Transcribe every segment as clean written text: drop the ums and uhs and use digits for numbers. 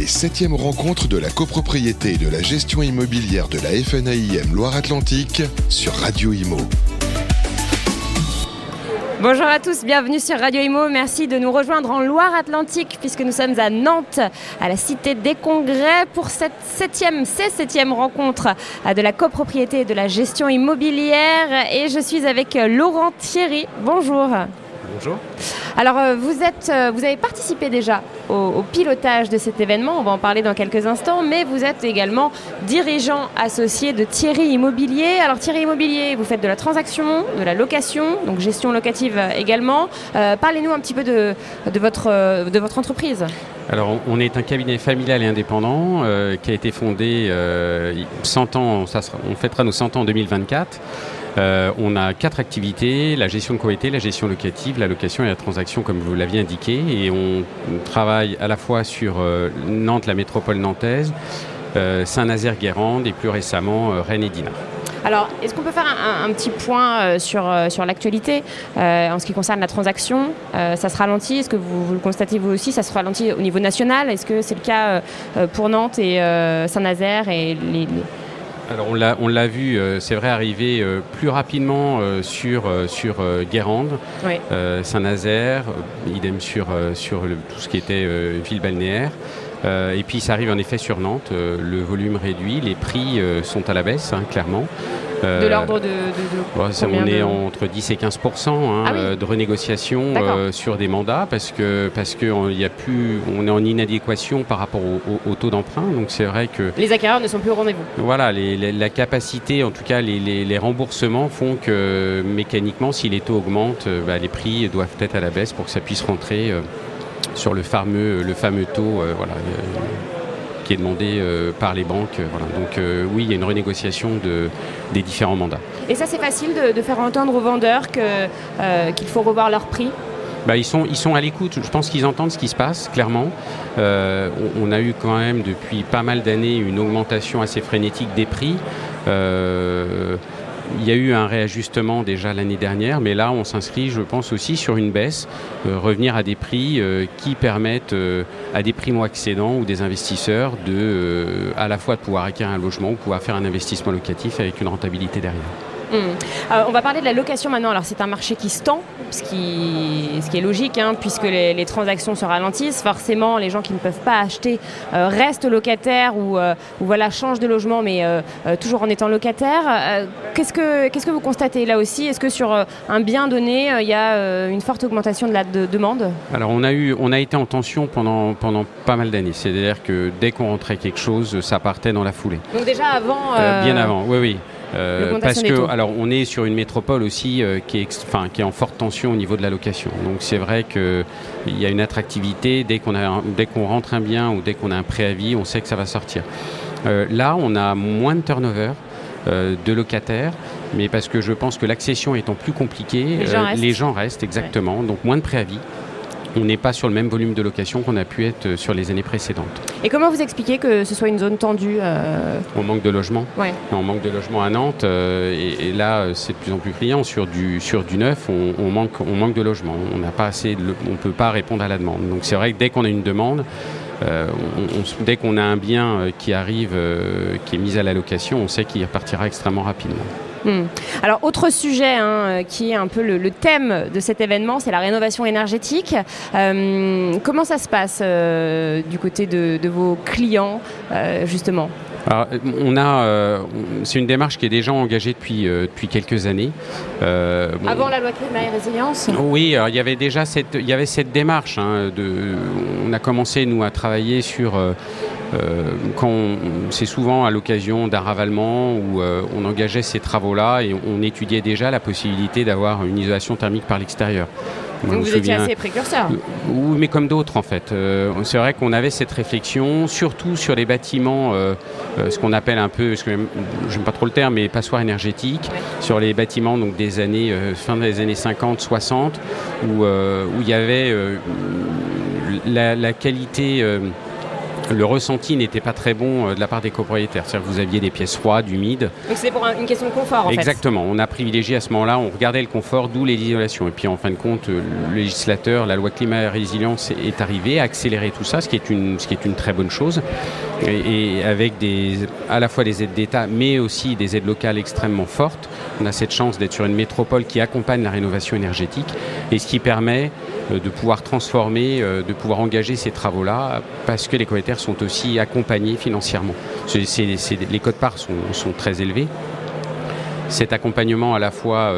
les 7e rencontres de la copropriété et de la gestion immobilière de la FNAIM Loire-Atlantique sur Radio Imo. Bonjour à tous, bienvenue sur Radio Imo. Merci de nous rejoindre en Loire-Atlantique puisque nous sommes à Nantes, à la Cité des Congrès pour ces 7e rencontres de la copropriété et de la gestion immobilière. Et je suis avec Laurent Thierry. Bonjour. Bonjour. Alors vous avez participé déjà au pilotage de cet événement, on va en parler dans quelques instants, mais vous êtes également dirigeant associé de Thierry Immobilier. Alors Thierry Immobilier, vous faites de la transaction, de la location, donc gestion locative également. Parlez-nous un petit peu de votre entreprise. Alors on est un cabinet familial et indépendant qui a été fondé 100 ans, on fêtera nos 100 ans en 2024. On a 4 activités, la gestion de copropriété, la gestion locative, la location et la transaction comme vous l'aviez indiqué. Et on travaille à la fois sur Nantes, la métropole nantaise, Saint-Nazaire-Guérande et plus récemment Rennes et Dinard. Alors, est-ce qu'on peut faire un petit point sur l'actualité en ce qui concerne la transaction? Ça se ralentit, est-ce que vous le constatez vous aussi? Ça se ralentit au niveau national? Est-ce que c'est le cas pour Nantes et Saint-Nazaire et Alors on l'a vu, c'est vrai, arriver plus rapidement sur Guérande, oui. Saint-Nazaire, idem sur tout ce qui était ville balnéaire. Et puis ça arrive en effet sur Nantes, le volume réduit, les prix sont à la baisse, clairement. De l'ordre de on est entre 10 et 15% de renégociation sur des mandats parce que on est en inadéquation par rapport au taux d'emprunt. Donc c'est vrai que les acquéreurs ne sont plus au rendez-vous. Voilà, la capacité, en tout cas les remboursements font que mécaniquement, si les taux augmentent, les prix doivent être à la baisse pour que ça puisse rentrer sur le fameux taux, qui est demandé par les banques. Donc oui, il y a une renégociation des différents mandats. Et ça, c'est facile de faire entendre aux vendeurs qu'il faut revoir leur prix? Ils sont à l'écoute. Je pense qu'ils entendent ce qui se passe, clairement. On a eu quand même depuis pas mal d'années une augmentation assez frénétique des prix. Il y a eu un réajustement déjà l'année dernière, mais là on s'inscrit, je pense, aussi sur une baisse, revenir à des prix qui permettent à des primo-accédants ou des investisseurs à la fois de pouvoir acquérir un logement ou pouvoir faire un investissement locatif avec une rentabilité derrière. On va parler de la location maintenant. Alors c'est un marché qui se tend, ce qui est logique, puisque les transactions se ralentissent. Forcément, les gens qui ne peuvent pas acheter restent locataires ou changent de logement, mais toujours en étant locataires. Qu'est-ce que vous constatez là aussi? Est-ce que sur un bien donné, il y a une forte augmentation de la demande? Alors on a été en tension pendant pas mal d'années. C'est-à-dire que dès qu'on rentrait quelque chose, ça partait dans la foulée. Donc déjà avant bien avant, oui. Parce que on est sur une métropole aussi qui est en forte tension au niveau de la location. Donc c'est vrai qu'il y a une attractivité dès qu'on rentre un bien ou dès qu'on a un préavis, on sait que ça va sortir. Là, on a moins de turnover de locataires, mais parce que je pense que l'accession étant plus compliquée, les gens restent exactement, donc moins de préavis. On n'est pas sur le même volume de location qu'on a pu être sur les années précédentes. Et comment vous expliquez que ce soit une zone tendue On manque de logement. Ouais. On manque de logement à Nantes et là c'est de plus en plus criant. Sur du neuf, on manque de logement. On n'a pas assez, on peut pas répondre à la demande. Donc c'est vrai que dès qu'on a une demande, dès qu'on a un bien qui arrive, qui est mis à la location, on sait qu'il repartira extrêmement rapidement. Alors, autre sujet qui est un peu le thème de cet événement, c'est la rénovation énergétique. Comment ça se passe du côté de vos clients, justement ? Alors, c'est une démarche qui est déjà engagée depuis quelques années. Avant la loi climat et résilience ? Oui, alors il y avait cette démarche. On a commencé, nous, à travailler sur... c'est souvent à l'occasion d'un ravalement où on engageait ces travaux-là et on étudiait déjà la possibilité d'avoir une isolation thermique par l'extérieur. Donc vous étiez assez précurseur. Oui, mais comme d'autres en fait. C'est vrai qu'on avait cette réflexion, surtout sur les bâtiments, ce qu'on appelle un peu, je n'aime pas trop le terme, mais passoires énergétiques, sur les bâtiments donc des années, fin des années 50, 60, où il y avait la qualité le ressenti n'était pas très bon de la part des copropriétaires. C'est-à-dire que vous aviez des pièces froides, humides. Donc c'est pour une question de confort, en fait. Exactement. On a privilégié à ce moment-là, on regardait le confort, d'où les isolations. Et puis en fin de compte, le législateur, la loi climat et résilience est arrivée à accélérer tout ça, ce qui est une très bonne chose. Et avec à la fois des aides d'État, mais aussi des aides locales extrêmement fortes. On a cette chance d'être sur une métropole qui accompagne la rénovation énergétique et ce qui permet de pouvoir transformer, de pouvoir engager ces travaux-là parce que les copropriétaires sont aussi accompagnés financièrement. Les quotes-parts sont très élevés. Cet accompagnement à la fois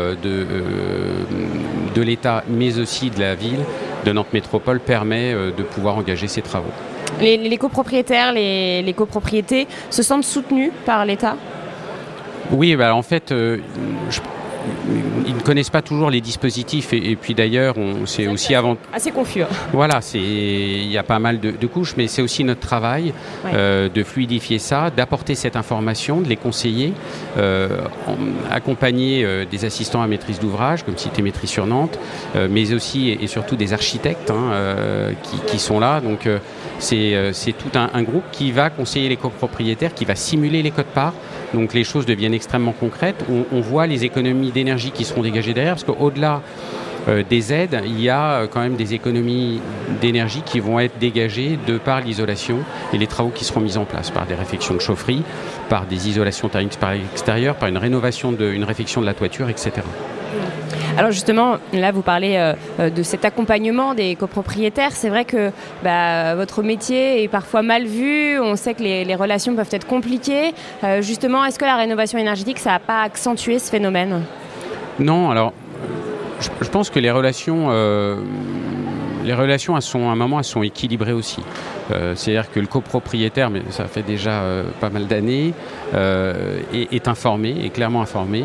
de l'État mais aussi de la ville, de notre métropole, permet de pouvoir engager ces travaux. Les copropriétaires, les copropriétés se sentent soutenus par l'État ? Oui, en fait, ils ne connaissent pas toujours les dispositifs et puis d'ailleurs, c'est aussi avant. Assez confus. Voilà, il y a pas mal de couches, mais c'est aussi notre travail de fluidifier ça, d'apporter cette information, de les conseiller, accompagner des assistants à maîtrise d'ouvrage, comme Cité Maîtrise sur Nantes, mais aussi et surtout des architectes qui sont là. Donc c'est tout un groupe qui va conseiller les copropriétaires, qui va simuler les quotes-parts. Donc les choses deviennent extrêmement concrètes. On voit les économies d'énergie qui seront dégagées derrière, parce qu'au-delà des aides, il y a quand même des économies d'énergie qui vont être dégagées de par l'isolation et les travaux qui seront mis en place par des réfections de chaufferie, par des isolations thermiques par extérieur, par une rénovation une réfection de la toiture, etc. Alors justement, là vous parlez de cet accompagnement des copropriétaires. C'est vrai que votre métier est parfois mal vu. On sait que les relations peuvent être compliquées. Justement, est-ce que la rénovation énergétique, ça n'a pas accentué ce phénomène ? Non, alors je pense que les relations à un moment, elles sont équilibrées aussi. C'est-à-dire que le copropriétaire, mais ça fait déjà pas mal d'années, est informé, est clairement informé.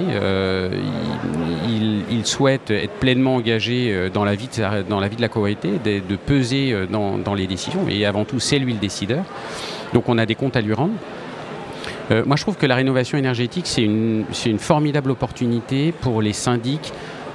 Il souhaite être pleinement engagé dans la vie de la copropriété, de peser dans les décisions. Et avant tout, c'est lui le décideur. Donc on a des comptes à lui rendre. Moi, je trouve que la rénovation énergétique, c'est une formidable opportunité pour les syndics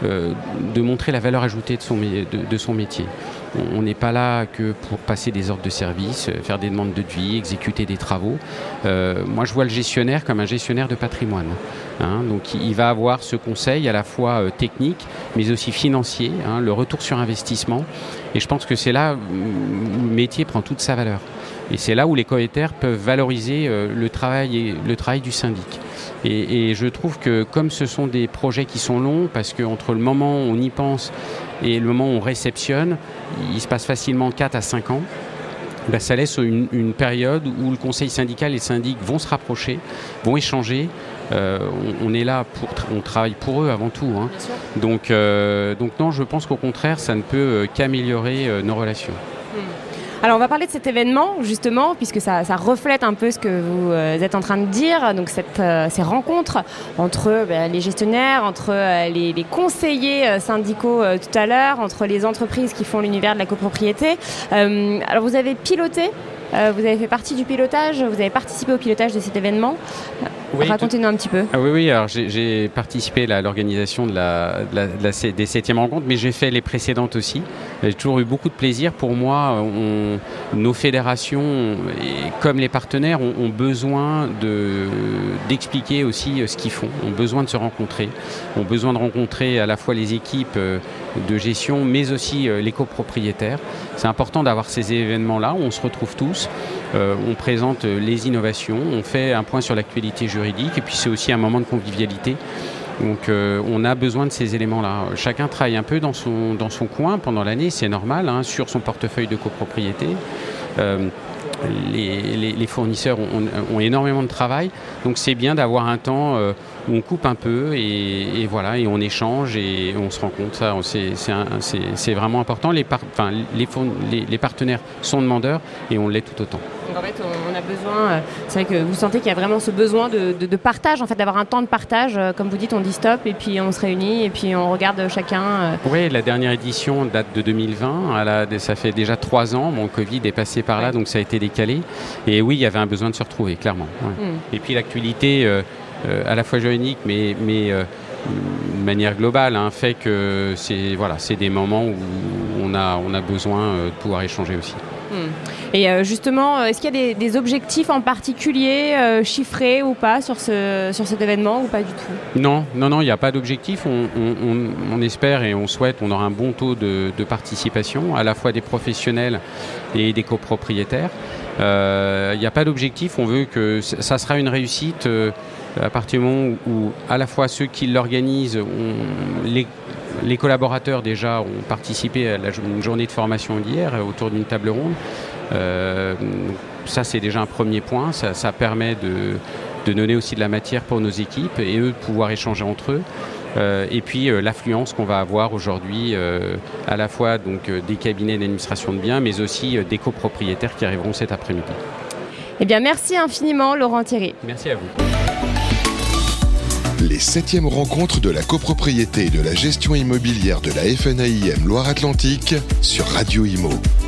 de montrer la valeur ajoutée de son métier. On n'est pas là que pour passer des ordres de service, faire des demandes de devis, exécuter des travaux. Moi, je vois le gestionnaire comme un gestionnaire de patrimoine. Donc, il va avoir ce conseil à la fois technique, mais aussi financier, le retour sur investissement. Et je pense que c'est là où le métier prend toute sa valeur. Et c'est là où les copropriétaires peuvent valoriser le travail du syndic. Et je trouve que comme ce sont des projets qui sont longs, parce qu'entre le moment où on y pense et le moment où on réceptionne, il se passe facilement 4 à 5 ans, ça laisse une période où le conseil syndical et les syndics vont se rapprocher, vont échanger. On est là, on travaille pour eux avant tout. Donc non, je pense qu'au contraire, ça ne peut qu'améliorer nos relations. Alors on va parler de cet événement justement, puisque ça reflète un peu ce que vous êtes en train de dire, donc ces rencontres entre les gestionnaires, entre les conseillers syndicaux tout à l'heure, entre les entreprises qui font l'univers de la copropriété. Alors vous avez piloté, vous avez fait partie du pilotage, vous avez participé au pilotage de cet événement. Oui, racontez-nous un petit peu. Oui, alors j'ai participé à l'organisation des 7e rencontres, mais j'ai fait les précédentes aussi. J'ai toujours eu beaucoup de plaisir. Pour moi, nos fédérations, comme les partenaires, ont besoin d'expliquer aussi ce qu'ils font, ont besoin de se rencontrer, ont besoin de rencontrer à la fois les équipes de gestion, mais aussi les copropriétaires. C'est important d'avoir ces événements-là où on se retrouve tous. On présente les innovations, on fait un point sur l'actualité juridique et puis c'est aussi un moment de convivialité. Donc on a besoin de ces éléments-là. Chacun travaille un peu dans son coin pendant l'année, c'est normal, sur son portefeuille de copropriété. Les fournisseurs ont énormément de travail, donc c'est bien d'avoir un temps où on coupe un peu et voilà, et on échange et on se rend compte. Ça, c'est vraiment important. Les partenaires sont demandeurs et on l'est tout autant. Donc en fait, on a besoin, c'est vrai que vous sentez qu'il y a vraiment ce besoin de partage, en fait, d'avoir un temps de partage. Comme vous dites, on dit stop et puis on se réunit et puis on regarde chacun. Oui, la dernière édition date de 2020. Ça fait déjà 3 ans. Mon Covid est passé par là, donc ça a été décalé. Et oui, il y avait un besoin de se retrouver, clairement. Ouais. Et puis l'actualité, à la fois juridique, mais de manière globale, fait que c'est des moments où on a besoin de pouvoir échanger aussi. Et justement, est-ce qu'il y a des objectifs en particulier chiffrés ou pas sur cet événement ou pas du tout ? Non, il n'y a pas d'objectif. On espère et on souhaite, on aura un bon taux de participation, à la fois des professionnels et des copropriétaires. Il n'y a pas d'objectif, on veut que ça sera une réussite à partir du moment où à la fois ceux qui l'organisent, les collaborateurs déjà ont participé à une journée de formation d'hier autour d'une table ronde. Ça c'est déjà un premier point, ça permet de donner aussi de la matière pour nos équipes et eux de pouvoir échanger entre eux. Et puis l'affluence qu'on va avoir aujourd'hui à la fois donc, des cabinets d'administration de biens mais aussi des copropriétaires qui arriveront cet après-midi. Eh bien merci infiniment Laurent Thierry. Merci à vous. Les 7e rencontres de la copropriété et de la gestion immobilière de la FNAIM Loire-Atlantique sur Radio Imo.